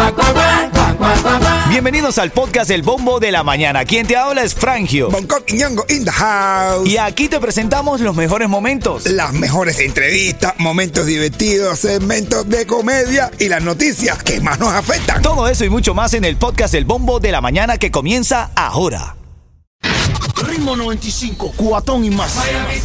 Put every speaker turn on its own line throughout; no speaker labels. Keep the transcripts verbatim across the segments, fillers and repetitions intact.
Bienvenidos al podcast El Bombo de la Mañana. Quien te habla es Frangio.
Bangkok y Ñongo in the house.
Y aquí te presentamos los mejores momentos.
Las mejores entrevistas, momentos divertidos, segmentos de comedia y las noticias que más nos afectan.
Todo eso y mucho más en el podcast El Bombo de la Mañana que comienza ahora.
Ritmo noventa y cinco, Cubatón y más.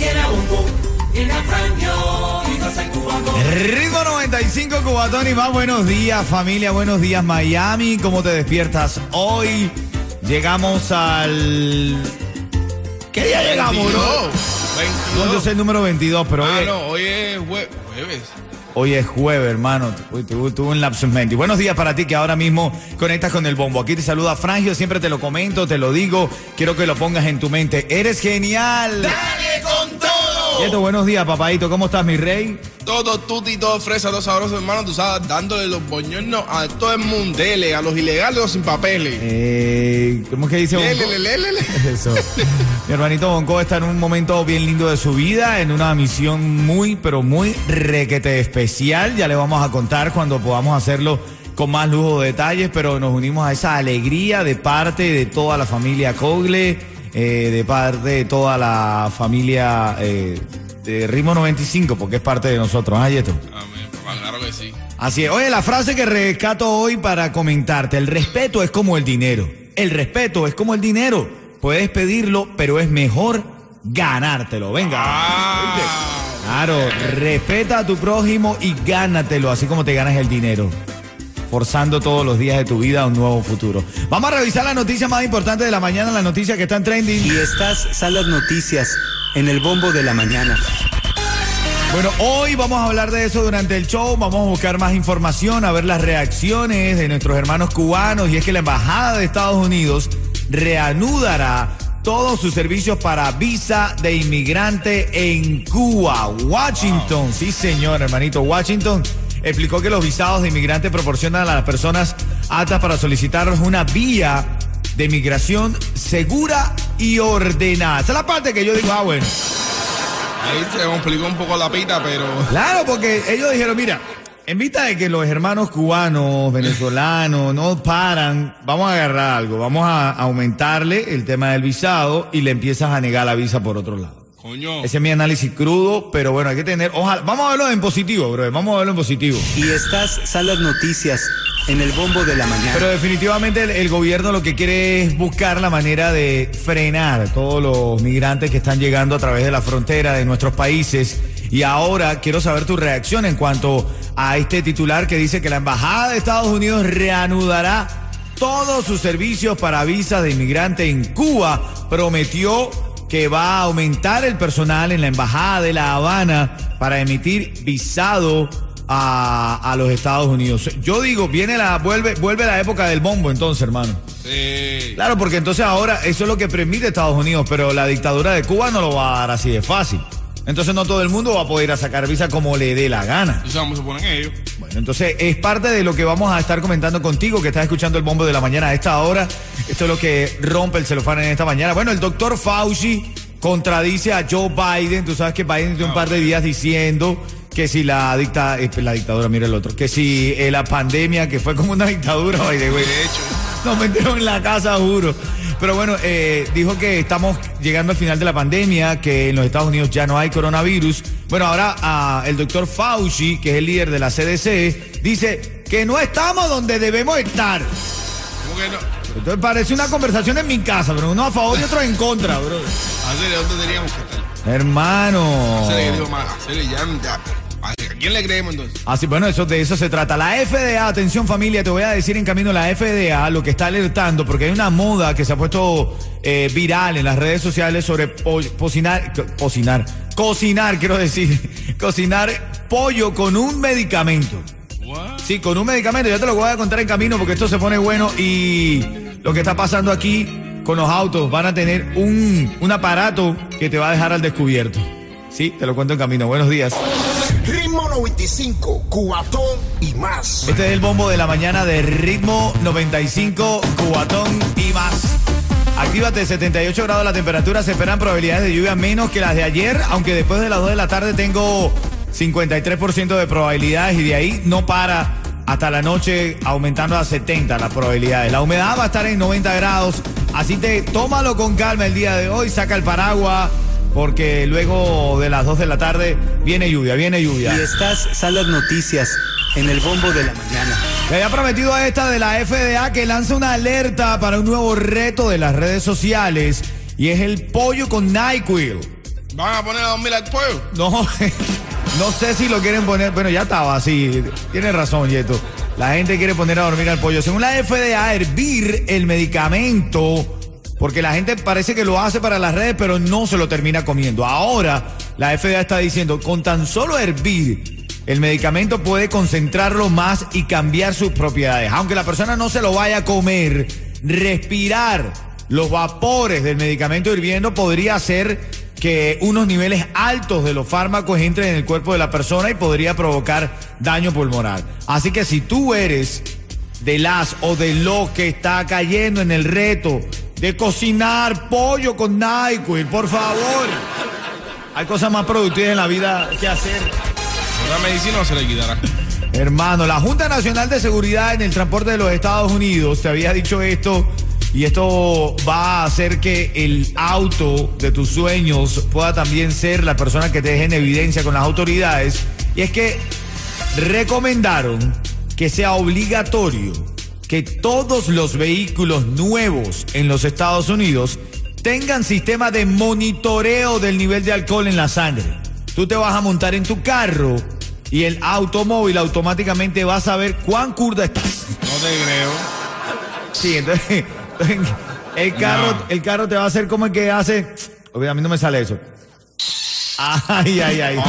Ritmo noventa y cinco, Cubatón y más. Buenos días, familia. Buenos días, Miami. ¿Cómo te despiertas hoy? Llegamos al... ¿Qué día llegamos, bro?
veintidós.
No, yo sé el número veintidós, pero
Ah,
hoy,
no, hoy es jue- jueves.
hoy es jueves, hermano. Uy, tuve, tuve un lapsus mentis. Buenos días para ti que ahora mismo conectas con el bombo. Aquí te saluda Frangio. Siempre te lo comento, te lo digo. Quiero que lo pongas en tu mente. ¡Eres genial!
¡Dale con todo!
Esto, buenos días, papadito. ¿Cómo estás, mi rey?
Todo tuti, todo fresa, todo sabroso, hermano. Tú sabes, dándole los boñornos a todo el mundo, dele, a los ilegales, los sin papeles.
Eh, ¿Cómo es que dice
Lele,
Bonco?
lele, lele.
Eso. Mi hermanito Bonco está en un momento bien lindo de su vida, en una misión muy, pero muy requete especial. Ya le vamos a contar cuando podamos hacerlo con más lujo de detalles, pero nos unimos a esa alegría de parte de toda la familia Cogle, eh, de parte de toda la familia eh, de Ritmo noventa y cinco, porque es parte de nosotros. ¿Ah, Yeto?
Amén, papá, claro que sí.
Así es. Oye, la frase que rescato hoy para comentarte: el respeto es como el dinero. El respeto es como el dinero. Puedes pedirlo, pero es mejor ganártelo. Venga.
Ah,
Claro, respeta a tu prójimo y gánatelo, así como te ganas el dinero. Forzando todos los días de tu vida a un nuevo futuro. Vamos a revisar la noticia más importante de la mañana, la noticia que está en trending.
Y estas son las noticias en el bombo de la mañana.
Bueno, hoy vamos a hablar de eso durante el show. Vamos a buscar más información, a ver las reacciones de nuestros hermanos cubanos. Y es que la Embajada de Estados Unidos reanudará todos sus servicios para visa de inmigrante en Cuba. Washington, wow. Sí señor, hermanito. Washington explicó que los visados de inmigrante proporcionan a las personas aptas para solicitar una vía de migración segura y ordenada. Esa es la parte que yo digo, ah, bueno.
ahí se complicó un poco la pita, pero...
Claro, porque ellos dijeron, mira, en vista de que los hermanos cubanos, venezolanos no paran, vamos a agarrar algo, vamos a aumentarle el tema del visado y le empiezas a negar la visa por otro lado.
Coño.
Ese es mi análisis crudo, pero bueno, hay que tener, ojalá, vamos a verlo en positivo, bro, vamos a verlo en positivo.
Y estas son las noticias en el bombo de la mañana.
Pero definitivamente el, el gobierno lo que quiere es buscar la manera de frenar todos los migrantes que están llegando a través de la frontera de nuestros países. Y ahora quiero saber tu reacción en cuanto a este titular que dice que la Embajada de Estados Unidos reanudará todos sus servicios para visas de inmigrante en Cuba. Prometió que va a aumentar el personal en la Embajada de La Habana para emitir visado a, a los Estados Unidos. Yo digo, viene la, vuelve, vuelve la época del bombo entonces, hermano.
Sí.
Claro, porque entonces ahora eso es lo que permite Estados Unidos, pero la dictadura de Cuba no lo va a dar así de fácil. Entonces no todo el mundo va a poder ir a sacar visa como le dé la gana.
¿Y cómo se ponen ellos?
Bueno, entonces es parte de lo que vamos a estar comentando contigo, que estás escuchando el bombo de la mañana a esta hora. Esto es lo que rompe el celofán en esta mañana. Bueno, el doctor Fauci contradice a Joe Biden. Tú sabes que Biden tiene un par de días diciendo que si la dicta, eh, la dictadura, mira el otro, que si eh, la pandemia, que fue como una dictadura, Biden, güey.
De hecho.
Nos metieron en la casa, juro. Pero bueno, eh, dijo que estamos llegando al final de la pandemia, que en los Estados Unidos ya no hay coronavirus. Bueno, ahora uh, el doctor Fauci, que es el líder de la C D C, dice que no estamos donde debemos estar.
¿Cómo que no?
Entonces parece una conversación en mi casa, pero uno a favor y otro en contra, bro.
Hacerle, ¿dónde teníamos que estar?
Hermano.
Hacerle, digo, más, hacerle ya, ya. ¿A quién le creemos entonces?
Así, bueno, eso, de eso se trata. La F D A, atención familia, te voy a decir en camino la F D A lo que está alertando, porque hay una moda que se ha puesto eh, viral en las redes sociales sobre po cocinar, cocinar, cocinar, quiero decir, cocinar pollo con un medicamento.
What?
Sí, con un medicamento, ya te lo voy a contar en camino porque esto se pone bueno y lo que está pasando aquí con los autos, van a tener un, un aparato que te va a dejar al descubierto. Sí, te lo cuento en camino. Buenos días.
Ritmo noventa y cinco, Cubatón y más.
Este es el bombo de la mañana de Ritmo noventa y cinco, Cubatón y más. Actívate, setenta y ocho grados la temperatura, se esperan probabilidades de lluvia menos que las de ayer, aunque después de las dos de la tarde tengo cincuenta y tres por ciento de probabilidades y de ahí no para hasta la noche aumentando a setenta las probabilidades. La humedad va a estar en noventa grados, así que tómalo con calma el día de hoy, saca el paraguas, porque luego de las dos de la tarde viene lluvia, viene lluvia.
Y estas son las noticias en el bombo de la mañana.
Le había prometido a esta de la F D A que lanza una alerta para un nuevo reto de las redes sociales y es el pollo con NyQuil.
¿Van a poner a dormir al pollo?
No, no sé si lo quieren poner, bueno, ya estaba así, tienes razón, Yeto. La gente quiere poner a dormir al pollo. Según la F D A, hervir el medicamento, porque la gente parece que lo hace para las redes, pero no se lo termina comiendo. Ahora, la F D A está diciendo, con tan solo hervir el medicamento puede concentrarlo más y cambiar sus propiedades. Aunque la persona no se lo vaya a comer, respirar los vapores del medicamento hirviendo podría hacer que unos niveles altos de los fármacos entren en el cuerpo de la persona y podría provocar daño pulmonar. Así que si tú eres de las o de los que está cayendo en el reto de cocinar pollo con NyQuil, por favor, hay cosas más productivas en la vida que hacer.
La medicina no se le quitará.
Hermano, la Junta Nacional de Seguridad en el Transporte de los Estados Unidos te había dicho esto, y esto va a hacer que el auto de tus sueños pueda también ser la persona que te deje en evidencia con las autoridades. Y es que recomendaron que sea obligatorio que todos los vehículos nuevos en los Estados Unidos tengan sistema de monitoreo del nivel de alcohol en la sangre. Tú te vas a montar en tu carro y el automóvil automáticamente va a saber cuán curda estás.
No te creo.
Sí, entonces el carro, no. el carro te va a hacer como el que hace. A mí no me sale eso. Ay, ay, ay.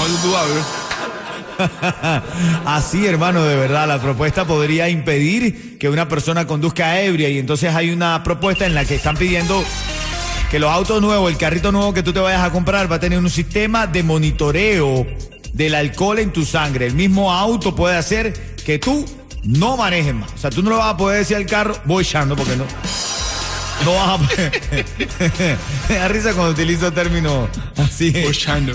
Así, hermano, de verdad, la propuesta podría impedir que una persona conduzca ebria, y entonces hay una propuesta en la que están pidiendo que los autos nuevos, el carrito nuevo que tú te vayas a comprar va a tener un sistema de monitoreo del alcohol en tu sangre. El mismo auto puede hacer que tú no manejes más. O sea, tú no le vas a poder decir al carro, voy echando, porque no. No vas a poder. Me da risa cuando utilizo términos así.
Voy echando.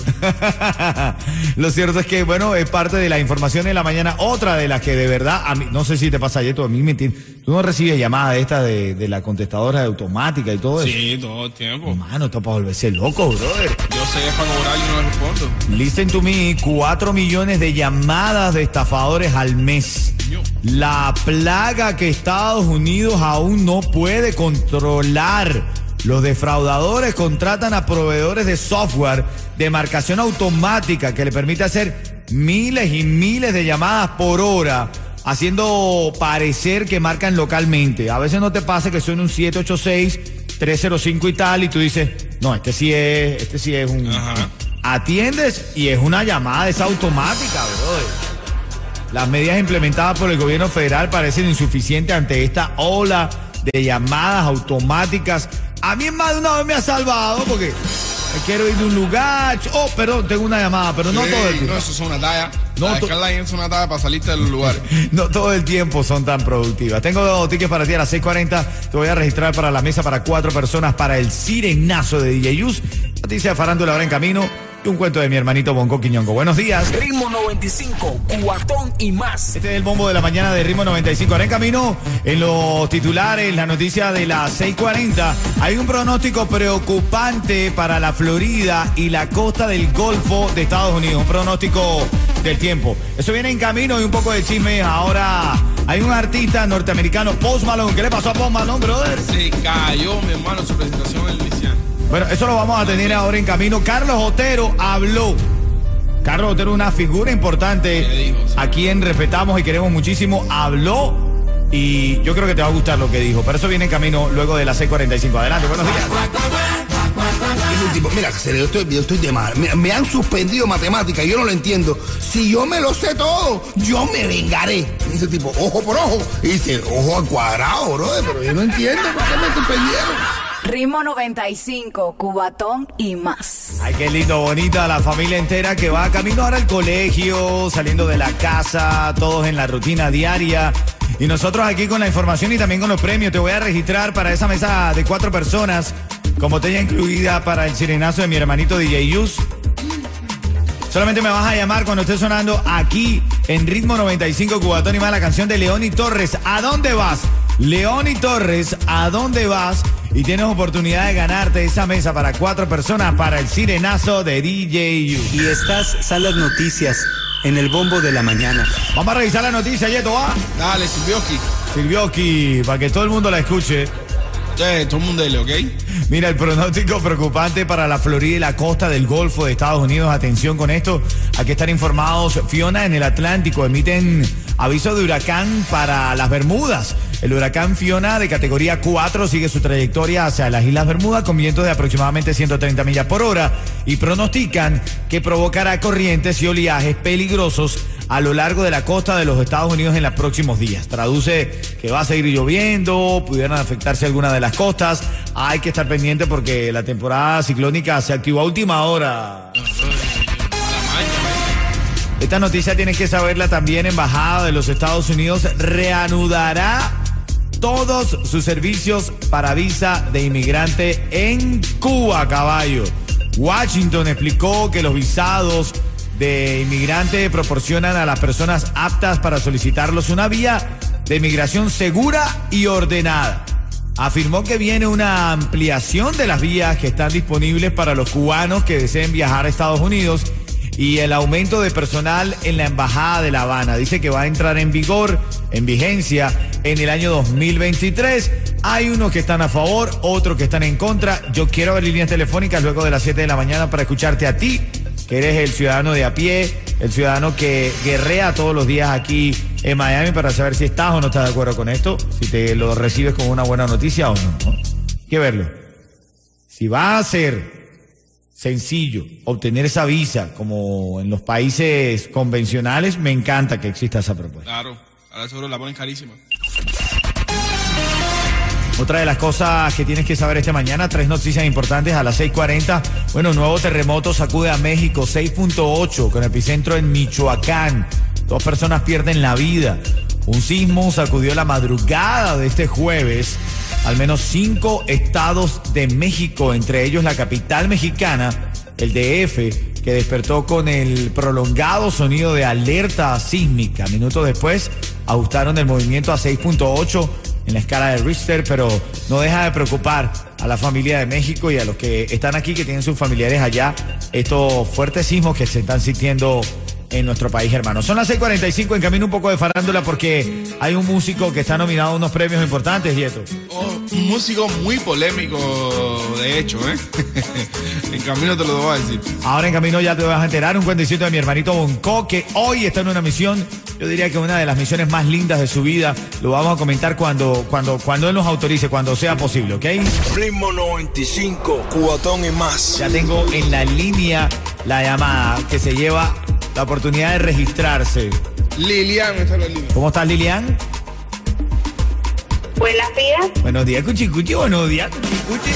Lo cierto es que, bueno, es parte de la información de la mañana. Otra de las que de verdad, a mí, no sé si te pasa, Yeto, a mí me entiendes. Tú no recibes llamadas de estas de, de la contestadora de automática y todo eso.
Sí, todo el tiempo.
Mano, esto es para volverse loco, brother.
Yo sé que es para cobrar y no le respondo.
Listen to me, cuatro millones de llamadas de estafadores al mes.
Yo.
La plaga que Estados Unidos aún no puede controlar. Los defraudadores contratan a proveedores de software de marcación automática que le permite hacer miles y miles de llamadas por hora, haciendo parecer que marcan localmente. A veces no te pasa que suena un siete ocho seis, tres cero cinco y tal, y tú dices, no, este sí es, este sí es un...
Ajá.
Atiendes y es una llamada, es automática, brother. Las medidas implementadas por el gobierno federal parecen insuficientes ante esta ola de llamadas automáticas. A mí más de una vez me ha salvado porque me quiero ir de un lugar. Oh, perdón, tengo una llamada, pero no
sí,
todo el tiempo.
No, eso es una talla.
No,
la
to-
Skyline es una talla para salirte de los lugares.
No todo el tiempo son tan productivas. Tengo dos tickets para ti a las seis cuarenta. Te voy a registrar para la mesa para cuatro personas para el sirenazo de D J Yus. Noticia de farándula ahora en camino. Y un cuento de mi hermanito Bonco Quiñongo. Buenos días.
Ritmo noventa y cinco, Cubatón y más.
Este es el bombo de la mañana de Ritmo noventa y cinco. Ahora en camino, en los titulares, la noticia de las seis cuarenta. Hay un pronóstico preocupante para la Florida y la costa del Golfo de Estados Unidos. Un pronóstico del tiempo. Eso viene en camino y un poco de chisme. Ahora hay un artista norteamericano, Post Malone. ¿Qué le pasó a Post Malone, brother?
Se cayó, mi hermano, en su presentación en Luisiana.
Bueno, eso lo vamos a tener ahora en camino. Carlos Otero habló. Carlos Otero, una figura importante,
dijo, sí,
a quien respetamos y queremos muchísimo, habló y yo creo que te va a gustar lo que dijo. Pero eso viene en camino luego de las seis cuarenta y cinco. Adelante, buenos días.
Dice el tipo, mira, yo estoy, yo estoy de mal. Me, me han suspendido matemáticas, yo no lo entiendo. Si yo me lo sé todo, yo me vengaré. Dice el tipo, ojo por ojo. Y dice, ojo al cuadrado, brother, pero yo no entiendo por qué me suspendieron.
Ritmo noventa y cinco, Cubatón y más.
Ay, qué lindo, bonita la familia entera que va camino ahora al colegio, saliendo de la casa, todos en la rutina diaria. Y nosotros aquí con la información y también con los premios. Te voy a registrar para esa mesa de cuatro personas, como botella incluida para el sirenazo de mi hermanito D J Yus. Solamente me vas a llamar cuando esté sonando aquí en Ritmo noventa y cinco Cubatón y más, la canción de León y Torres. ¿A dónde vas? León y Torres, ¿a dónde vas? Y tienes oportunidad de ganarte esa mesa para cuatro personas para el sirenazo de D J U.
Y estas son las noticias en el bombo de la mañana.
Vamos a revisar la noticia, Yeto, ¿va?
Dale, Silvioski.
Silvioski, para que todo el mundo la escuche.
Eh, todo el mundo dele, ¿ok?
Mira, el pronóstico preocupante para la Florida y la costa del Golfo de Estados Unidos. Atención con esto, hay que estar informados. Fiona en el Atlántico emiten aviso de huracán para las Bermudas. El huracán Fiona de categoría cuatro sigue su trayectoria hacia las Islas Bermudas con vientos de aproximadamente ciento treinta millas por hora y pronostican que provocará corrientes y oleajes peligrosos a lo largo de la costa de los Estados Unidos en los próximos días. Traduce que va a seguir lloviendo, pudieran afectarse algunas de las costas. Hay que estar pendiente porque la temporada ciclónica se activó a última hora. Esta noticia tienes que saberla también. Embajada de los Estados Unidos reanudará todos sus servicios para visa de inmigrante en Cuba, caballo. Washington explicó que los visados de inmigrante proporcionan a las personas aptas para solicitarlos una vía de inmigración segura y ordenada. Afirmó que viene una ampliación de las vías que están disponibles para los cubanos que deseen viajar a Estados Unidos y el aumento de personal en la Embajada de La Habana. Dice que va a entrar en vigor, en vigencia, en el año dos mil veintitrés. Hay unos que están a favor, otros que están en contra. Yo quiero ver líneas telefónicas luego de las siete de la mañana para escucharte a ti, que eres el ciudadano de a pie, el ciudadano que guerrea todos los días aquí en Miami, para saber si estás o no estás de acuerdo con esto, si te lo recibes como una buena noticia o no, ¿no? Hay que verlo. Si va a ser sencillo obtener esa visa como en los países convencionales, me encanta que exista esa propuesta.
Claro, ahora seguro la ponen carísima.
Otra de las cosas que tienes que saber esta mañana, tres noticias importantes a las seis cuarenta. Bueno, nuevo terremoto sacude a México, seis punto ocho, con epicentro en Michoacán. Dos personas pierden la vida. Un sismo sacudió la madrugada de este jueves al menos cinco estados de México, entre ellos la capital mexicana, el D F, que despertó con el prolongado sonido de alerta sísmica. Minutos después ajustaron el movimiento a seis punto ocho en la escala de Richter, pero no deja de preocupar a la familia de México y a los que están aquí, que tienen sus familiares allá, estos fuertes sismos que se están sintiendo en nuestro país, hermano. Son las seis cuarenta y cinco, en camino un poco de farándula porque hay un músico que está nominado a unos premios importantes, Dieto.
Oh, un músico muy polémico, de hecho, ¿eh? En camino te lo voy a decir.
Ahora en camino ya te vas a enterar un cuentecito de mi hermanito Bonco, que hoy está en una misión, yo diría que una de las misiones más lindas de su vida. Lo vamos a comentar cuando, cuando, cuando él nos autorice, cuando sea posible, ¿ok?
Ritmo noventa y cinco, Cubatón y más.
Ya tengo en la línea la llamada que se lleva la oportunidad de registrarse.
Lilian, está en la línea.
¿Cómo estás, Lilian?
Buenos días.
Buenos días, Cuchicuchi. Buenos días, Cuchicuchi.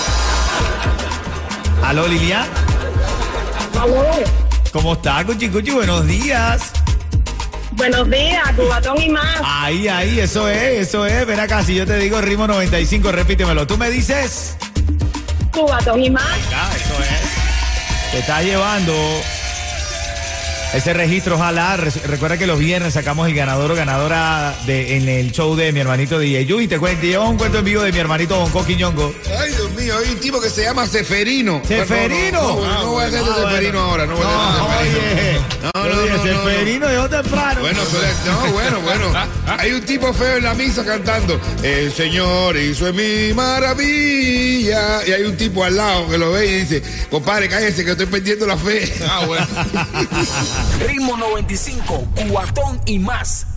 ¿Aló, Lilian?
Aló.
¿Cómo estás, Cuchicuchi? Buenos días.
Buenos días, Cubatón y más.
Ahí, ahí, eso es, eso es. Ven acá, si yo te digo Ritmo noventa y cinco, repítemelo. ¿Tú me dices?
Cubatón y más.
Venga, eso es. Te está llevando ese registro, ojalá. Recuerda que los viernes sacamos el ganador o ganadora de, en el show de mi hermanito D J U. Y te, cuento, te llevo un cuento en vivo de mi hermanito Bonco Quiñongo.
Ay, Dios mío, hay un tipo que se llama Seferino.
¿Seferino?
No, no, no, no, no voy a hacer de Seferino ahora, no voy a hacer de Seferino.
No, no, no, Seferino llegó temprano.
Bueno, no, bueno, bueno. Hay un tipo feo en la misa cantando: el Señor hizo en mí maravilla. Y hay un tipo al lado que lo ve y dice: compadre, cállese que estoy perdiendo la fe.
Ah, bueno.
Ritmo noventa y cinco, Cubatón y más.